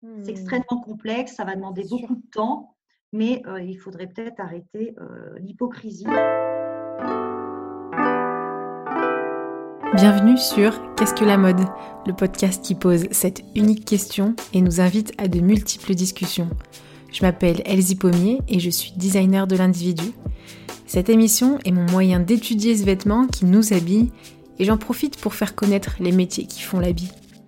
C'est extrêmement complexe, ça va demander beaucoup de temps, mais il faudrait peut-être arrêter l'hypocrisie. Bienvenue sur Qu'est-ce que la mode ? Le podcast qui pose cette unique question et nous invite à de multiples discussions. Je m'appelle Elsie Pommier et je suis designer de l'individu. Cette émission est mon moyen d'étudier ce vêtement qui nous habille et j'en profite pour faire connaître les métiers qui font l'habit.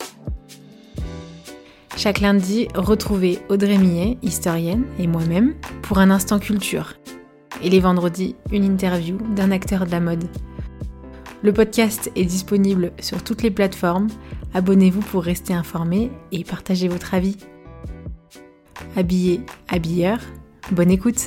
Chaque lundi, retrouvez Audrey Millet, historienne, et moi-même pour un instant culture. Et les vendredis, une interview d'un acteur de la mode. Le podcast est disponible sur toutes les plateformes. Abonnez-vous pour rester informé et partager votre avis. Habillé, habilleur, bonne écoute.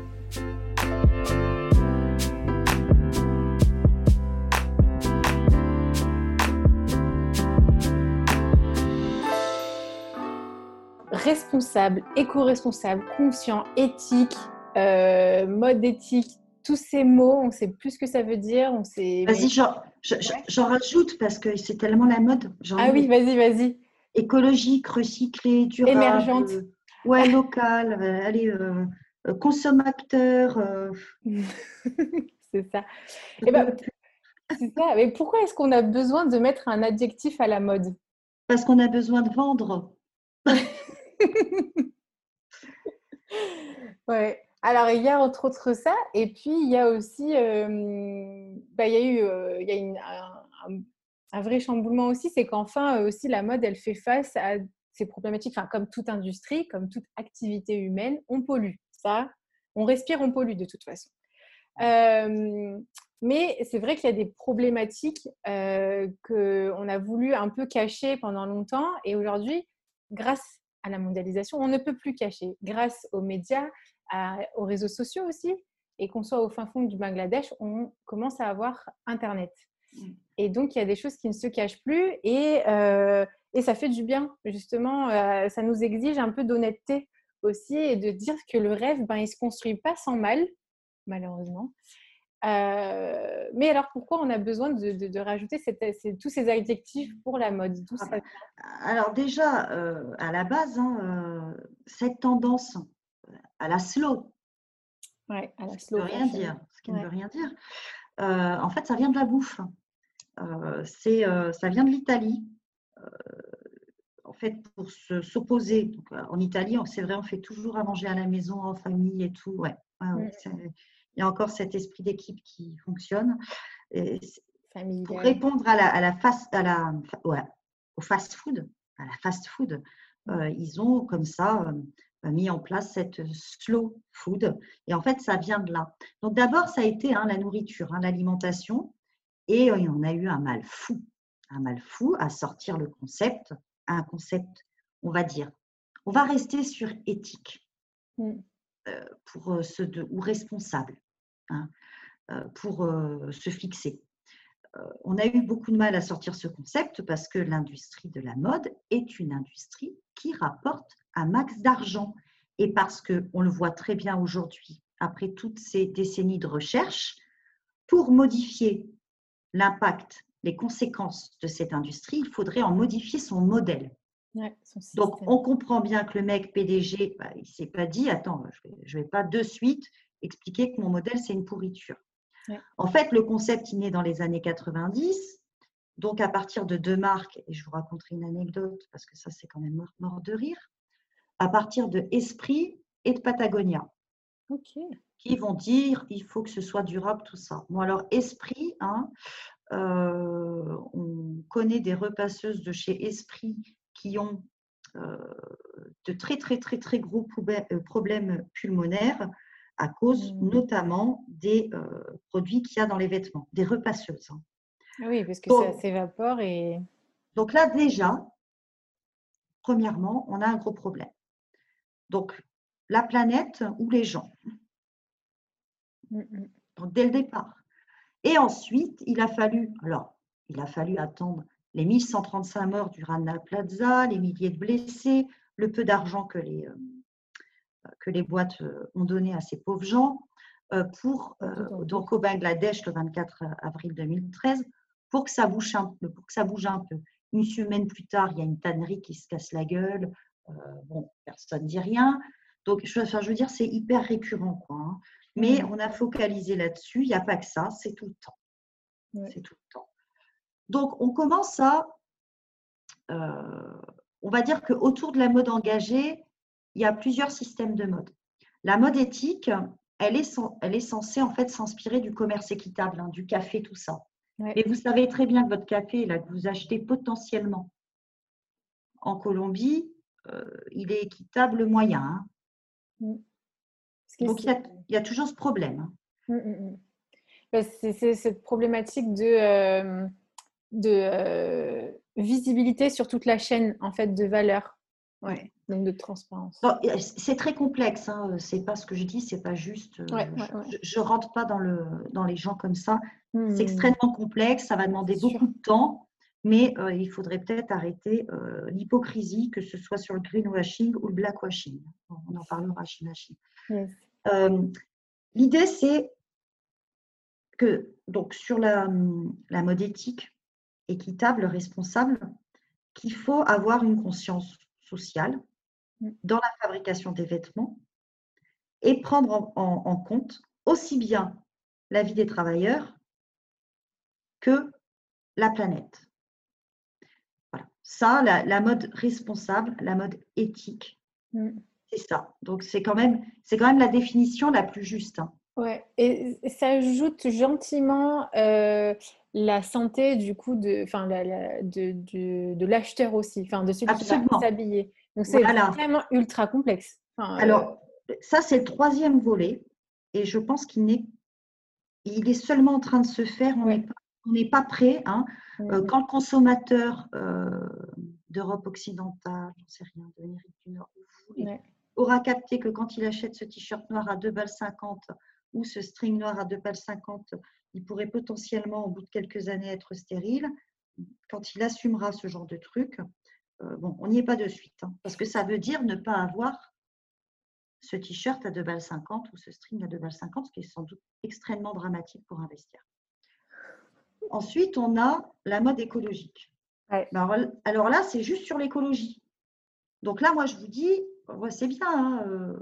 Responsable, éco-responsable, conscient, éthique, mode éthique, tous ces mots, on ne sait plus ce que ça veut dire. Vas-y, j'en rajoute parce que c'est tellement la mode. Oui, vas-y. Écologique, recyclé, durable. Émergente. Local, consommateur. C'est ça. C'est ça. Mais pourquoi est-ce qu'on a besoin de mettre un adjectif à la mode ? Parce qu'on a besoin de vendre. Ouais. Alors, il y a entre autres ça, et puis il y a aussi, il y a un vrai chamboulement aussi, c'est qu'enfin aussi la mode, elle fait face à ces problématiques, enfin comme toute industrie, comme toute activité humaine, on pollue. Ça, on respire, on pollue de toute façon. Mais c'est vrai qu'il y a des problématiques qu'on a voulu un peu cacher pendant longtemps, et aujourd'hui, grâce à la mondialisation, on ne peut plus cacher. Grâce aux médias, aux réseaux sociaux aussi, et qu'on soit au fin fond du Bangladesh, on commence à avoir Internet. Et donc, il y a des choses qui ne se cachent plus, et ça fait du bien, justement. Ça nous exige un peu d'honnêteté aussi, et de dire que le rêve, il ne se construit pas sans mal, malheureusement. Mais alors, pourquoi on a besoin de rajouter tous ces adjectifs pour la mode ? Alors déjà, à la base, cette tendance à la slow, à la ce qui ne veut rien dire. En fait, ça vient de la bouffe. Ça vient de l'Italie. En fait, pour s'opposer. Donc, en Italie, c'est vrai, on fait toujours à manger à la maison, en famille et tout. Il y a encore cet esprit d'équipe qui fonctionne. Pour répondre au fast-food, ils ont comme ça mis en place cette slow food. Et en fait, ça vient de là. Donc d'abord, ça a été la nourriture, l'alimentation. Et on a eu un mal fou à sortir le concept. Un concept, on va dire, on va rester sur éthique ou responsable pour se fixer. On a eu beaucoup de mal à sortir ce concept parce que l'industrie de la mode est une industrie qui rapporte un max d'argent. Et parce qu'on le voit très bien aujourd'hui, après toutes ces décennies de recherche, pour modifier l'impact, les conséquences de cette industrie, il faudrait en modifier son modèle. Donc, on comprend bien que le mec PDG, il ne s'est pas dit « Attends, je ne vais pas de suite expliquer que mon modèle, c'est une pourriture. » En fait, le concept, il naît dans les années 90. Donc, à partir de deux marques, et je vous raconterai une anecdote parce que ça, c'est quand même mort de rire, à partir de Esprit et de Patagonia, qui vont dire il faut que ce soit durable, tout ça. Bon, alors, Esprit, on connaît des repasseuses de chez Esprit qui ont de très, très, très, très gros problèmes pulmonaires à cause notamment des produits qu'il y a dans les vêtements, des repasseuses. Oui, parce que ça s'évapore. Donc là, déjà, premièrement, on a un gros problème. Donc, la planète ou les gens. Donc, dès le départ. Et ensuite, il a fallu attendre les 1135 morts du Rana Plaza, les milliers de blessés, le peu d'argent que les boîtes ont donné à ces pauvres gens, donc au Bangladesh le 24 avril 2013, pour que ça bouge un peu. Une semaine plus tard, il y a une tannerie qui se casse la gueule. ça ne dit rien. Donc, je veux dire, c'est hyper récurrent, quoi, hein. Mais on a focalisé là-dessus. Il n'y a pas que ça, c'est tout le temps. Ouais. C'est tout le temps. Donc, on commence on va dire qu'autour de la mode engagée, il y a plusieurs systèmes de mode. La mode éthique, elle est censée en fait s'inspirer du commerce équitable, hein, du café, tout ça. Ouais. Mais vous savez très bien que votre café, là, que vous achetez potentiellement en Colombie, il est équitable moyen, hein. Donc, il y a toujours ce problème, hein. C'est cette problématique de visibilité sur toute la chaîne en fait de valeur, Ouais. donc de transparence. Bon, c'est très complexe, hein. C'est pas ce que je dis, c'est pas juste. Je rentre pas dans les gens comme ça. C'est extrêmement complexe, ça va demander beaucoup de temps, mais il faudrait peut-être arrêter l'hypocrisie, que ce soit sur le greenwashing ou le blackwashing. On en parlera, j'imagine. Yes. L'idée, c'est que donc sur la mode éthique, équitable, responsable, qu'il faut avoir une conscience sociale dans la fabrication des vêtements et prendre en compte aussi bien la vie des travailleurs que la planète. Voilà. Ça, la mode responsable, la mode éthique, c'est ça. Donc, c'est quand même la définition la plus juste, hein. Ouais, et ça ajoute gentiment la santé du coup de l'acheteur aussi, de celui qui va s'habiller. Donc c'est vraiment ultra complexe. Alors, ça c'est le troisième volet, et je pense il est seulement en train de se faire. On n'est pas prêt, hein. Quand le consommateur d'Europe occidentale, j'en sais rien, de l'Amérique du Nord, aura capté que quand il achète ce t-shirt noir à 2,50 € ou ce string noir à 2,50 €, il pourrait potentiellement, au bout de quelques années, être stérile. Quand il assumera ce genre de truc, bon, on n'y est pas de suite, hein, parce que ça veut dire ne pas avoir ce t-shirt à 2,50 € ou ce string à 2,50 €, ce qui est sans doute extrêmement dramatique pour investir. Ensuite, on a la mode écologique. Ouais. Alors là, c'est juste sur l'écologie. Donc là, moi, je vous dis, c'est bien, hein,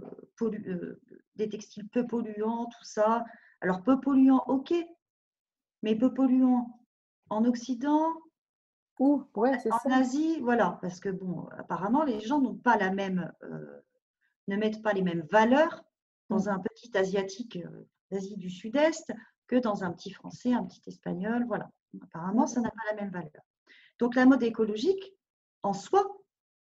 des textiles peu polluants, tout ça. Alors, peu polluants, ok, mais peu polluants en Occident, en Asie, voilà. Parce que, bon, apparemment, les gens n'ont pas ne mettent pas les mêmes valeurs dans un petit Asiatique d'Asie du Sud-Est que dans un petit Français, un petit Espagnol, voilà. Apparemment, ça n'a pas la même valeur. Donc, la mode écologique, en soi,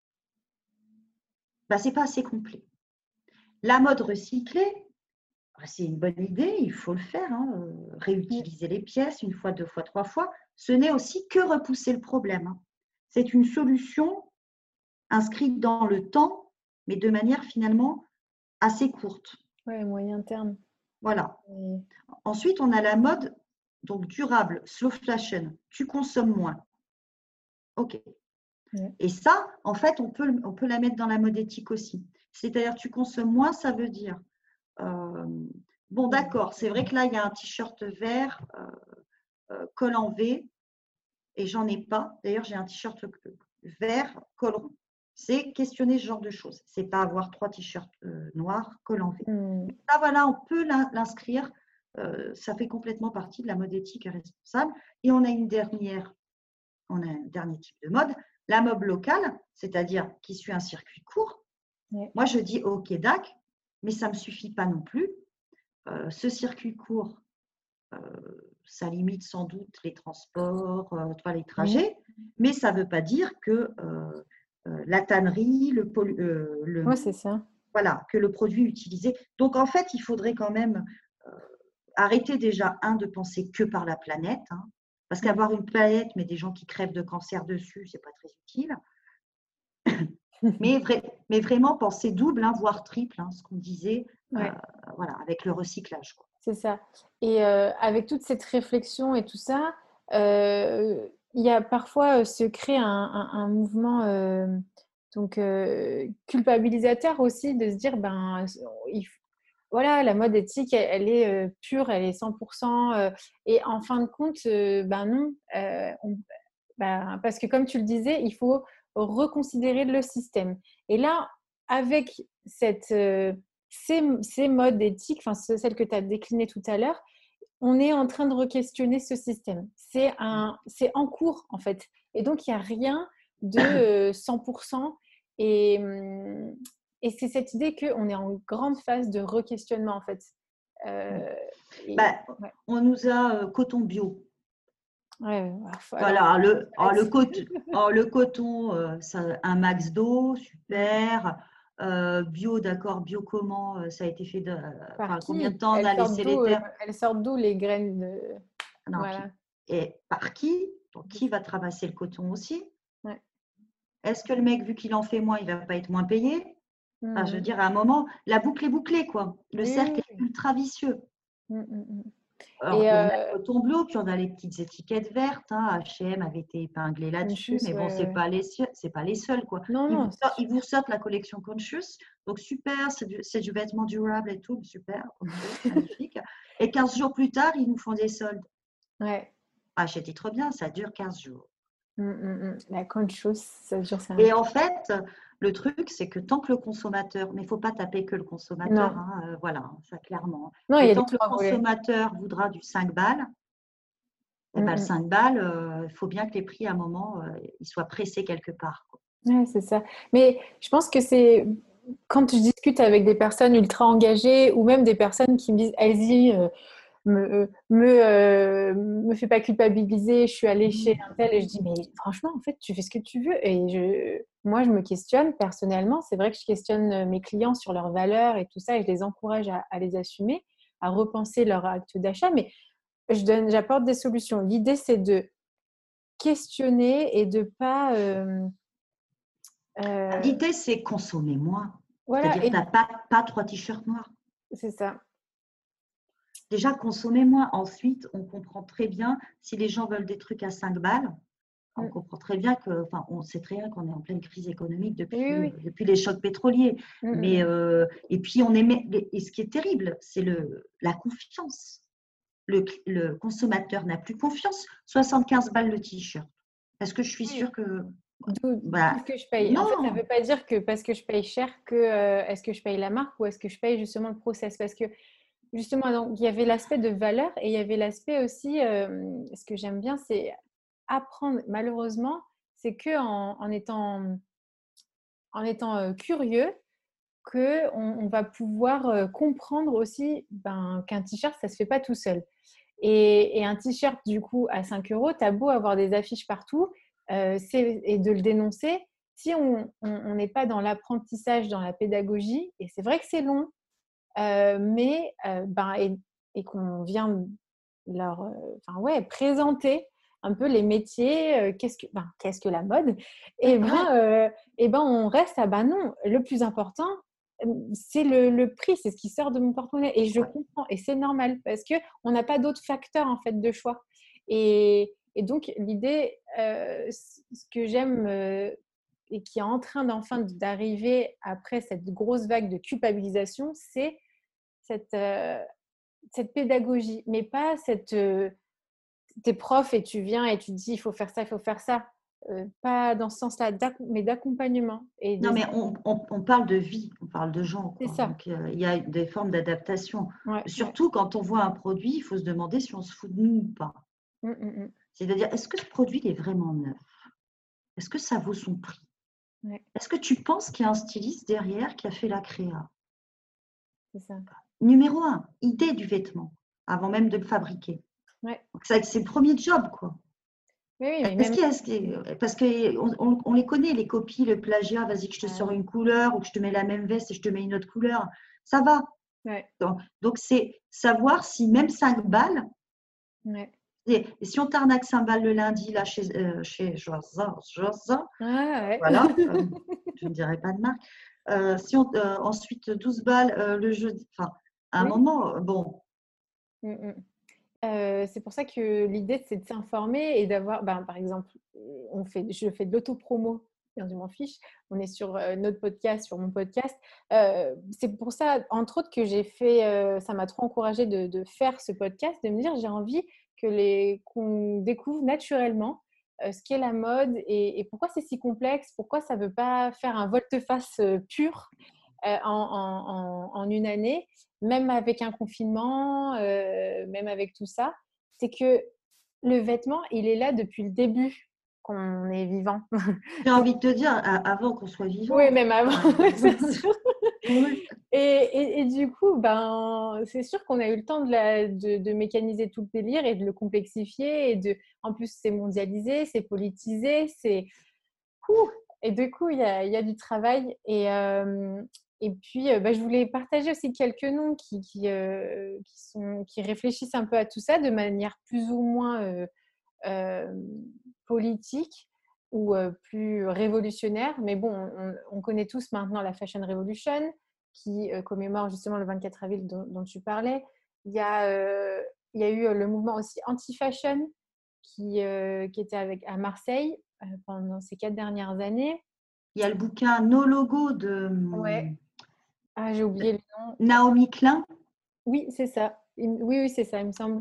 ce n'est pas assez complet. La mode recyclée, c'est une bonne idée, il faut le faire, hein, réutiliser les pièces une fois, deux fois, trois fois. Ce n'est aussi que repousser le problème, hein. C'est une solution inscrite dans le temps, mais de manière finalement assez courte. Ouais, moyen terme. Voilà. Ensuite, on a la mode donc durable, slow fashion. Tu consommes moins. OK. Et ça, en fait, on peut la mettre dans la mode éthique aussi. C'est-à-dire, tu consommes moins, ça veut dire, bon, d'accord, c'est vrai que là, il y a un t-shirt vert, col en V, et j'en ai pas. D'ailleurs, j'ai un t-shirt vert, col rond. C'est questionner ce genre de choses. C'est pas avoir 3 t-shirts noirs, col en V. Ça, voilà, on peut l'inscrire. Ça fait complètement partie de la mode éthique et responsable. Et on a un dernier type de mode, la mode locale, c'est-à-dire qui suit un circuit court. Moi, je dis OK, d'accord, mais ça ne me suffit pas non plus. Ce circuit court, ça limite sans doute les transports, les trajets, mais ça ne veut pas dire que la tannerie, c'est ça. Voilà, que le produit utilisé. Donc, en fait, il faudrait quand même arrêter déjà, de penser que par la planète, hein, parce qu'avoir une planète, mais des gens qui crèvent de cancer dessus, ce n'est pas très utile. mais vraiment penser double, hein, voire triple, hein, ce qu'on disait, voilà, avec le recyclage, quoi. C'est ça. Et avec toute cette réflexion et tout ça, il y a parfois se crée un mouvement culpabilisateur aussi, de se dire voilà, la mode éthique, elle est pure, elle est 100%. Et en fin de compte, non. Parce que comme tu le disais, il faut reconsidérer le système. Et là, avec ces modes éthiques, enfin, celles que tu as déclinées tout à l'heure, on est en train de re-questionner ce système. C'est en cours, en fait. Et donc, il n'y a rien de 100%. Et, et c'est cette idée qu'on est en grande phase de re-questionnement, en fait. Bah, Ouais. on nous a coton bio. Ouais, Voilà, le coton, ça, un max d'eau, super. Bio, d'accord, bio comment ça a été fait par enfin, combien qui de temps on a laissé les terres? elles sortent d'où les graines Non, Voilà. et par qui? Donc, qui va te ramasser le coton aussi? Ouais. Est-ce que le mec, vu qu'il en fait moins, il ne va pas être moins payé? Enfin, je veux Mhm. dire, à un moment, la boucle est bouclée, quoi. Le Oui, cercle oui, est oui. ultra vicieux. Mhm. Alors, Et il y en a le coton bleu, puis on a les petites étiquettes vertes. Hein. H&M avait été épinglé là-dessus, Conscious, mais bon, ouais, ouais. c'est pas les seuls, quoi. Non, non, c'est Ils sûr. vous sortent la collection Conscious, donc super, c'est du vêtement durable et tout, super, ok, magnifique. Et 15 jours plus tard, ils nous font des soldes. Ouais. Achetez trop bien, ça dure 15 jours. La conscious, ça dure, c'est un... Et en fait, le truc, c'est que tant que le consommateur, mais il ne faut pas taper que le consommateur, Non, hein, voilà, ça clairement. non, il y Mais a les tant que le trois volets. consommateur voudra du 5 balles, eh ben, le 5 balles, il faut bien que les prix, à un moment, ils soient pressés quelque part, quoi. Ouais, c'est ça. Mais je pense que c'est quand je discute avec des personnes ultra engagées ou même des personnes qui me disent, allez-y, me fais pas culpabiliser, je suis allée chez un tel et je dis, mais franchement, en fait, tu fais ce que tu veux. Et moi, je me questionne personnellement. C'est vrai que je questionne mes clients sur leurs valeurs et tout ça et je les encourage à les assumer, à repenser leur acte d'achat. Mais j'apporte des solutions. L'idée, c'est de questionner et de pas... L'idée, c'est consommer moins. voilà, C'est-à-dire, tu et n'as pas 3 t-shirts noirs. c'est ça. Déjà, consommer moins. Ensuite, on comprend très bien, si les gens veulent des trucs à 5 balles, on Mm. comprend très bien que, enfin, on sait très bien qu'on est en pleine crise économique Oui, oui. depuis les chocs pétroliers. Mm, Mais, mm, et puis, et ce qui est terrible, c'est la confiance. Le consommateur n'a plus confiance. 75 balles le t-shirt. Est-ce que je suis oui. sûre que. Qu'est-ce Bah, que je paye? En fait, ça ne non. veut pas dire que parce que je paye cher, que est-ce que je paye la marque ou est-ce que je paye justement le process? Parce que justement, donc, il y avait l'aspect de valeur et il y avait l'aspect aussi, ce que j'aime bien, c'est apprendre. Malheureusement, c'est que en étant curieux qu'on va pouvoir comprendre aussi qu'un t-shirt, ça ne se fait pas tout seul. Et un t-shirt, du coup, à 5 euros, tu as beau avoir des affiches partout et de le dénoncer, si on n'est pas dans l'apprentissage, dans la pédagogie, et c'est vrai que c'est long, mais et qu'on vient leur présenter un peu les métiers, qu'est-ce que la mode, et on reste non, le plus important, c'est le prix, c'est ce qui sort de mon porte-monnaie et je comprends et c'est normal parce qu'on n'a pas d'autres facteurs en fait de choix et donc l'idée, ce que j'aime et qui est en train d'enfin d'arriver après cette grosse vague de culpabilisation, c'est cette, cette pédagogie, mais pas t'es prof et tu viens et tu dis il faut faire ça, il faut faire ça. Pas dans ce sens-là, mais d'accompagnement. Et Non, mais on parle de vie, on parle de gens, c'est quoi. ça. Donc, il y a des formes d'adaptation. Ouais, ouais. Surtout quand on voit un produit, il faut se demander si on se fout de nous ou pas. Mm. C'est-à-dire, est-ce que ce produit il est vraiment neuf? Est-ce que ça vaut son prix? Ouais, Est-ce que tu penses qu'il y a un styliste derrière qui a fait la créa? c'est ça. Numéro un, idée du vêtement, avant même de le fabriquer. Ouais. Donc, c'est le premier job, quoi. Oui, oui, mais même. Parce qu'on les connaît, les copies, le plagiat, vas-y que je te Ah sors oui. une couleur ou que je te mets la même veste et je te mets une autre couleur. Ça va. Ouais, Donc c'est savoir si même 5 balles, ouais. et si on t'arnaque 5 balles le lundi, là, chez Jorzin, Ah ouais. voilà, je ne dirais pas de marque, si ensuite 12 balles le jeudi, enfin, à un Oui. moment, bon. Mm. C'est pour ça que l'idée, c'est de s'informer et d'avoir, par exemple, je fais de l'autopromo, bien, je m'en fiche. On est sur notre podcast, sur mon podcast. C'est pour ça, entre autres, que j'ai fait, ça m'a trop encouragée de faire ce podcast, de me dire, j'ai envie qu'on découvre naturellement ce qu'est la mode et pourquoi c'est si complexe, pourquoi ça ne veut pas faire un volte-face pur en une année, même avec un confinement, même avec tout ça. C'est que le vêtement, il est là depuis le début qu'on est vivant. J'ai envie de te dire, avant qu'on soit vivant. Oui, même avant, c'est sûr. Oui. Et du coup, c'est sûr qu'on a eu le temps de mécaniser tout le délire et de le complexifier. En plus, c'est mondialisé, c'est politisé, et du coup, il y a du travail. Et puis, je voulais partager aussi quelques noms qui réfléchissent un peu à tout ça de manière plus ou moins politique ou plus révolutionnaire. Mais bon, on connaît tous maintenant la Fashion Revolution qui commémore justement le 24 avril dont tu parlais. Il y a eu le mouvement aussi anti-fashion qui était à Marseille pendant ces 4 dernières années. Il y a le bouquin No Logo de j'ai oublié le nom. Naomi Klein. Oui, c'est ça. Oui, c'est ça, il me semble.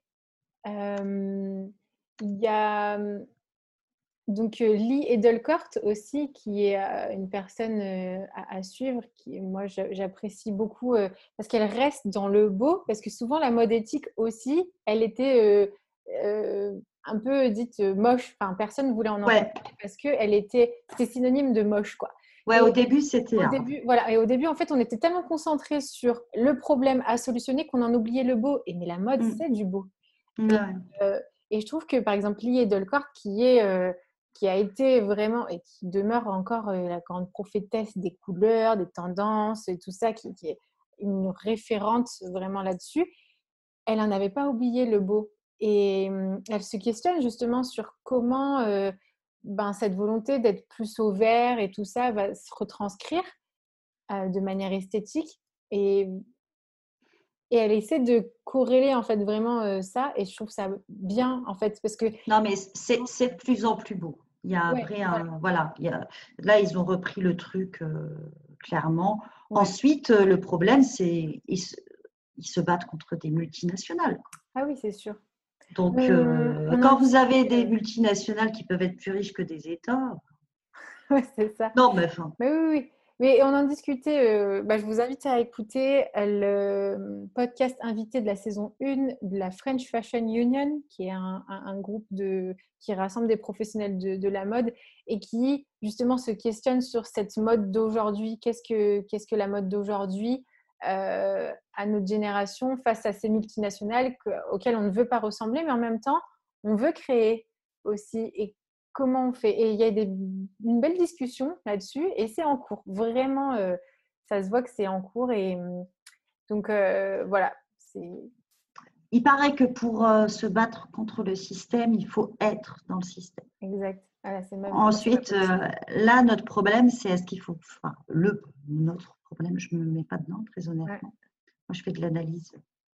Il y a donc Lee Edelcourt aussi, qui est une personne à suivre, qui moi j'apprécie beaucoup parce qu'elle reste dans le beau, parce que souvent la mode éthique aussi, elle était un peu dite moche, enfin personne ne voulait en entendre parce que c'était synonyme de moche, quoi. Ouais, au début c'était. Et au début en fait on était tellement concentrés sur le problème à solutionner qu'on en oubliait le beau. Mais la mode c'est du beau. Et je trouve que par exemple Lee Edelcourt qui a été vraiment et qui demeure encore la grande prophétesse des couleurs, des tendances et tout ça, qui est une référente vraiment là-dessus, elle n'en avait pas oublié le beau. Et elle se questionne justement sur comment cette volonté d'être plus au vert et tout ça va se retranscrire de manière esthétique. Et elle essaie de corréler en fait vraiment ça, et je trouve ça bien en fait parce que non mais c'est de plus en plus beau. Il y a un vrai voilà. Là ils ont repris le truc clairement. Ouais. Ensuite le problème c'est ils se battent contre des multinationales. Ah oui, c'est sûr. Donc quand vous avez des multinationales qui peuvent être plus riches que des États. Ouais, c'est ça. Non mais enfin. Mais oui. Mais on en discutait, je vous invite à écouter le podcast invité de la saison 1 de la French Fashion Union, qui est un groupe qui rassemble des professionnels de la mode et qui justement se questionne sur cette mode d'aujourd'hui. Qu'est-ce que la mode d'aujourd'hui à notre génération face à ces multinationales auxquelles on ne veut pas ressembler, mais en même temps, on veut créer aussi. Et comment on fait? Et il y a une belle discussion là-dessus et c'est en cours. Vraiment, ça se voit que c'est en cours. Et donc, voilà. Il paraît que pour se battre contre le système, il faut être dans le système. Exact. Voilà, c'est même ensuite, là, notre problème, c'est est-ce qu'il faut… Enfin, notre problème, je ne me mets pas dedans, très honnêtement. Ouais. Moi, je fais de l'analyse.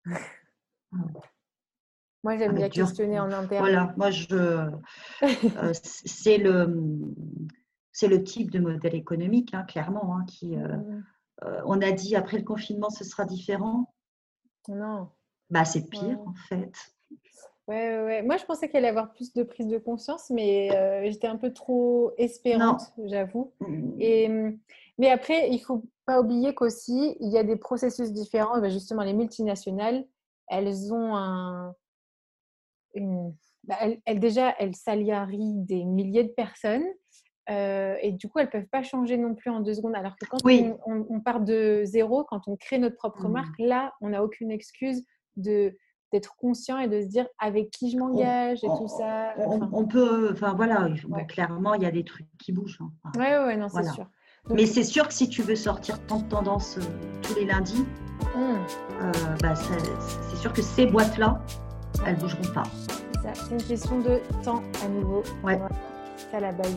Moi, j'aime bien questionner en interne. Voilà, moi, c'est le type de modèle économique, hein, clairement, hein, qui… on a dit, après le confinement, ce sera différent. Non. C'est pire, en fait. Ouais. Moi, je pensais qu'il allait y avoir plus de prise de conscience, mais j'étais un peu trop espérante, j'avoue. Mais après, il ne faut pas oublier qu'aussi, il y a des processus différents. Justement, les multinationales, elles ont elles salarient des milliers de personnes et du coup, elles ne peuvent pas changer non plus en 2 secondes. Alors que quand on part de zéro, quand on crée notre propre marque, là, on n'a aucune excuse d'être conscient et de se dire avec qui je m'engage et tout ça. On peut, voilà, clairement, il y a des trucs qui bougent. Hein. Ouais, non, c'est sûr. Donc, mais c'est sûr que si tu veux sortir tant de tendances tous les lundis, c'est sûr que ces boîtes-là, elles ne bougeront pas. C'est une question de temps à nouveau. Ouais. C'est à la base.